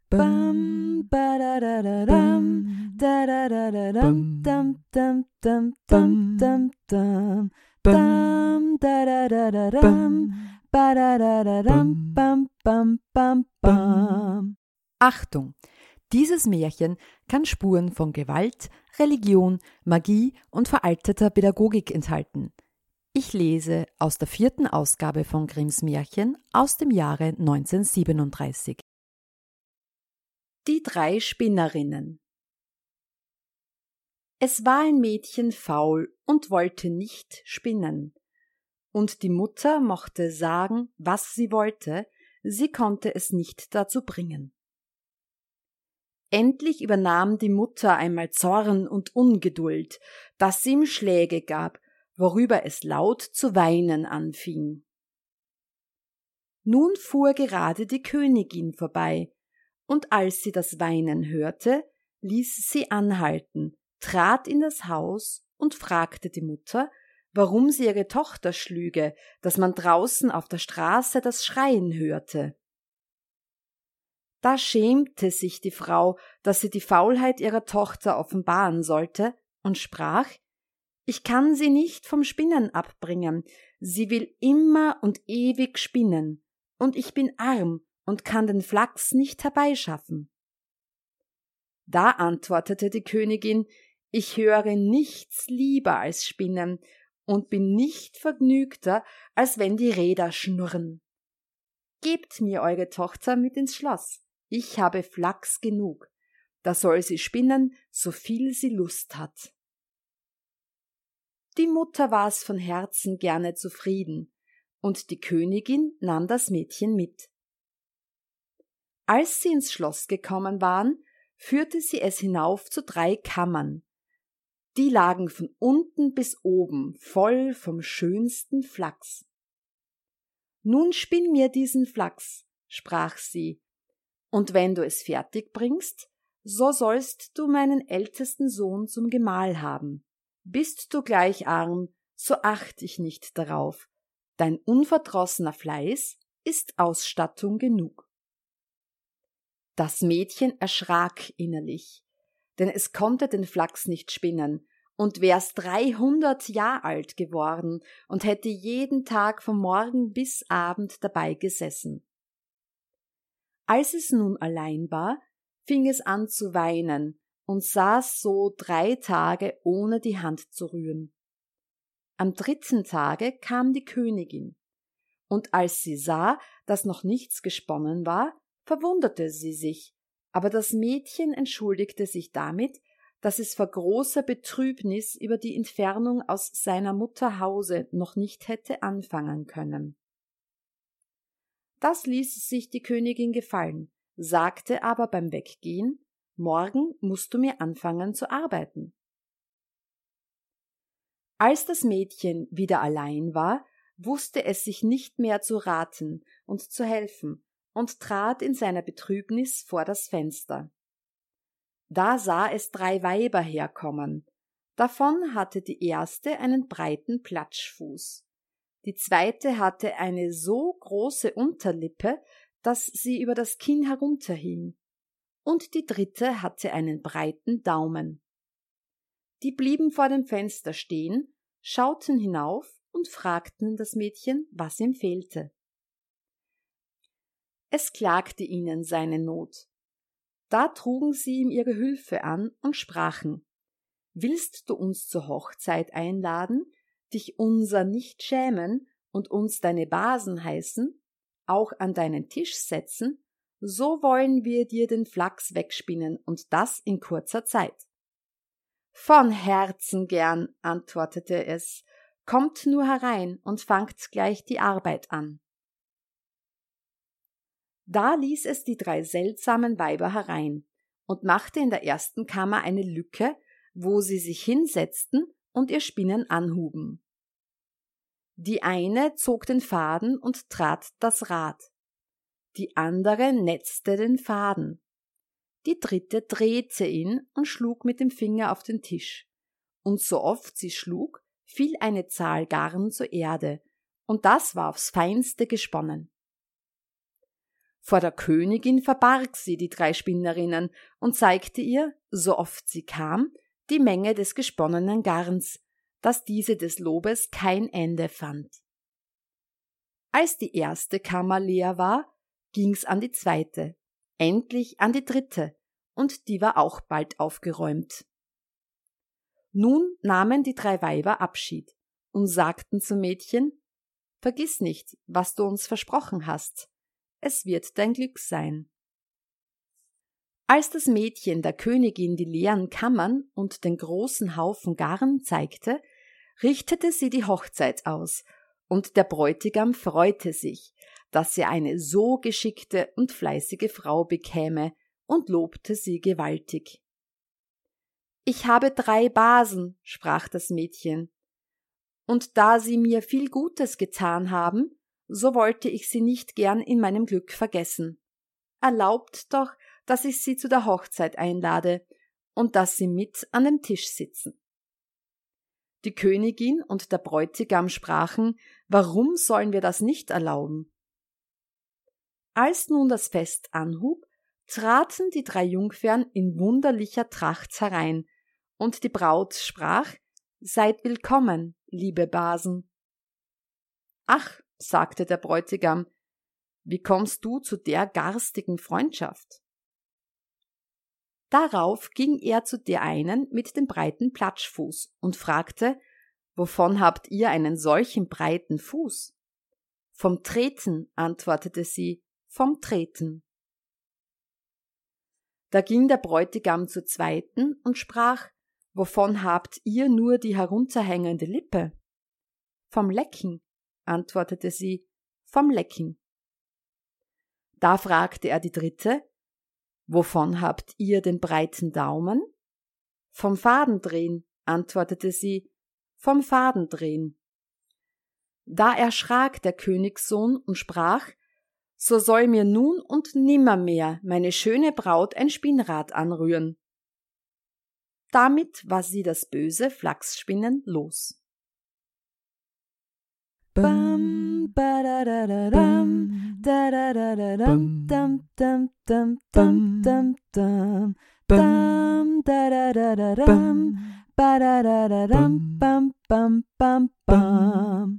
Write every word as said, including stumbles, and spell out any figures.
Bam, ba-da-da-da-dam, da-da-da-da-dam, dam, dam, dam, dam, dam, dam, dam, da-da-da-da-dam, ba-da-da-da-dam, bam, bam, bam, bam. Achtung! Dieses Märchen kann Spuren von Gewalt, Religion, Magie und veralteter Pädagogik enthalten. Ich lese aus der vierten Ausgabe von Grimms Märchen aus dem Jahre neunzehnhundertsiebenunddreißig. Die drei Spinnerinnen. Es war ein Mädchen faul und wollte nicht spinnen. Und die Mutter mochte sagen, was sie wollte, sie konnte es nicht dazu bringen. Endlich übernahm die Mutter einmal Zorn und Ungeduld, dass sie ihm Schläge gab, worüber es laut zu weinen anfing. Nun fuhr gerade die Königin vorbei, und als sie das Weinen hörte, ließ sie anhalten, trat in das Haus und fragte die Mutter, warum sie ihre Tochter schlüge, dass man draußen auf der Straße das Schreien hörte. Da schämte sich die Frau, dass sie die Faulheit ihrer Tochter offenbaren sollte, und sprach: Ich kann sie nicht vom Spinnen abbringen, sie will immer und ewig spinnen, und ich bin arm und kann den Flachs nicht herbeischaffen. Da antwortete die Königin: Ich höre nichts lieber als Spinnen und bin nicht vergnügter, als wenn die Räder schnurren. Gebt mir eure Tochter mit ins Schloss, ich habe Flachs genug, da soll sie spinnen, so viel sie Lust hat. Die Mutter war's von Herzen gerne zufrieden, und die Königin nahm das Mädchen mit. Als sie ins Schloss gekommen waren, führte sie es hinauf zu drei Kammern. Die lagen von unten bis oben voll vom schönsten Flachs. »Nun spinn mir diesen Flachs«, sprach sie, »und wenn du es fertig bringst, so sollst du meinen ältesten Sohn zum Gemahl haben. Bist du gleich arm, so acht ich nicht darauf. Dein unverdrossener Fleiß ist Ausstattung genug.« Das Mädchen erschrak innerlich, denn es konnte den Flachs nicht spinnen, und wär's dreihundert Jahr alt geworden und hätte jeden Tag vom Morgen bis Abend dabei gesessen. Als es nun allein war, fing es an zu weinen und saß so drei Tage ohne die Hand zu rühren. Am dritten Tage kam die Königin, und als sie sah, dass noch nichts gesponnen war, verwunderte sie sich, aber das Mädchen entschuldigte sich damit, dass es vor großer Betrübnis über die Entfernung aus seiner Mutter Hause noch nicht hätte anfangen können. Das ließ sich die Königin gefallen, sagte aber beim Weggehen: »Morgen musst du mir anfangen zu arbeiten.« Als das Mädchen wieder allein war, wusste es sich nicht mehr zu raten und zu helfen und trat in seiner Betrübnis vor das Fenster. Da sah es drei Weiber herkommen. Davon hatte die erste einen breiten Platschfuß. Die zweite hatte eine so große Unterlippe, dass sie über das Kinn herunterhing. Und die dritte hatte einen breiten Daumen. Die blieben vor dem Fenster stehen, schauten hinauf und fragten das Mädchen, was ihm fehlte. Es klagte ihnen seine Not. Da trugen sie ihm ihre Hilfe an und sprachen: »Willst du uns zur Hochzeit einladen, dich unser nicht schämen und uns deine Basen heißen, auch an deinen Tisch setzen, so wollen wir dir den Flachs wegspinnen und das in kurzer Zeit.« »Von Herzen gern«, antwortete es, »kommt nur herein und fangt gleich die Arbeit an.« Da ließ es die drei seltsamen Weiber herein und machte in der ersten Kammer eine Lücke, wo sie sich hinsetzten und ihr Spinnen anhuben. Die eine zog den Faden und trat das Rad, die andere netzte den Faden, die dritte drehte ihn und schlug mit dem Finger auf den Tisch, und so oft sie schlug, fiel eine Zahl Garn zur Erde, und das war aufs Feinste gesponnen. Vor der Königin verbarg sie die drei Spinnerinnen und zeigte ihr, so oft sie kam, die Menge des gesponnenen Garns, dass diese des Lobes kein Ende fand. Als die erste Kammer leer war, ging's an die zweite, endlich an die dritte, und die war auch bald aufgeräumt. Nun nahmen die drei Weiber Abschied und sagten zum Mädchen: »Vergiss nicht, was du uns versprochen hast. Es wird dein Glück sein.« Als das Mädchen der Königin die leeren Kammern und den großen Haufen Garn zeigte, richtete sie die Hochzeit aus, und der Bräutigam freute sich, dass er eine so geschickte und fleißige Frau bekäme, und lobte sie gewaltig. »Ich habe drei Basen«, sprach das Mädchen, »und da sie mir viel Gutes getan haben, so wollte ich sie nicht gern in meinem Glück vergessen. Erlaubt doch, dass ich sie zu der Hochzeit einlade und dass sie mit an dem Tisch sitzen.« Die Königin und der Bräutigam sprachen: »Warum sollen wir das nicht erlauben?« Als nun das Fest anhub, traten die drei Jungfern in wunderlicher Tracht herein, und die Braut sprach: »Seid willkommen, liebe Basen.« »Ach«, sagte der Bräutigam, »wie kommst du zu der garstigen Freundschaft?« Darauf ging er zu der einen mit dem breiten Platschfuß und fragte: »Wovon habt ihr einen solchen breiten Fuß?« »Vom Treten«, antwortete sie, »vom Treten.« Da ging der Bräutigam zur zweiten und sprach: »Wovon habt ihr nur die herunterhängende Lippe?« »Vom Lecken«, antwortete sie, »vom Lecken.« Da fragte er die dritte: »Wovon habt ihr den breiten Daumen?« »Vom Fadendrehen«, antwortete sie, »vom Fadendrehen.« Da erschrak der Königssohn und sprach: »So soll mir nun und nimmermehr meine schöne Braut ein Spinnrad anrühren.« Damit war sie das böse Flachsspinnen los. Bam, badadadadam, dadadadadam, dam, dam, dam, dam, dam, dam, dam, dadadadadam, badadadadam, bam, bam, bam, bam.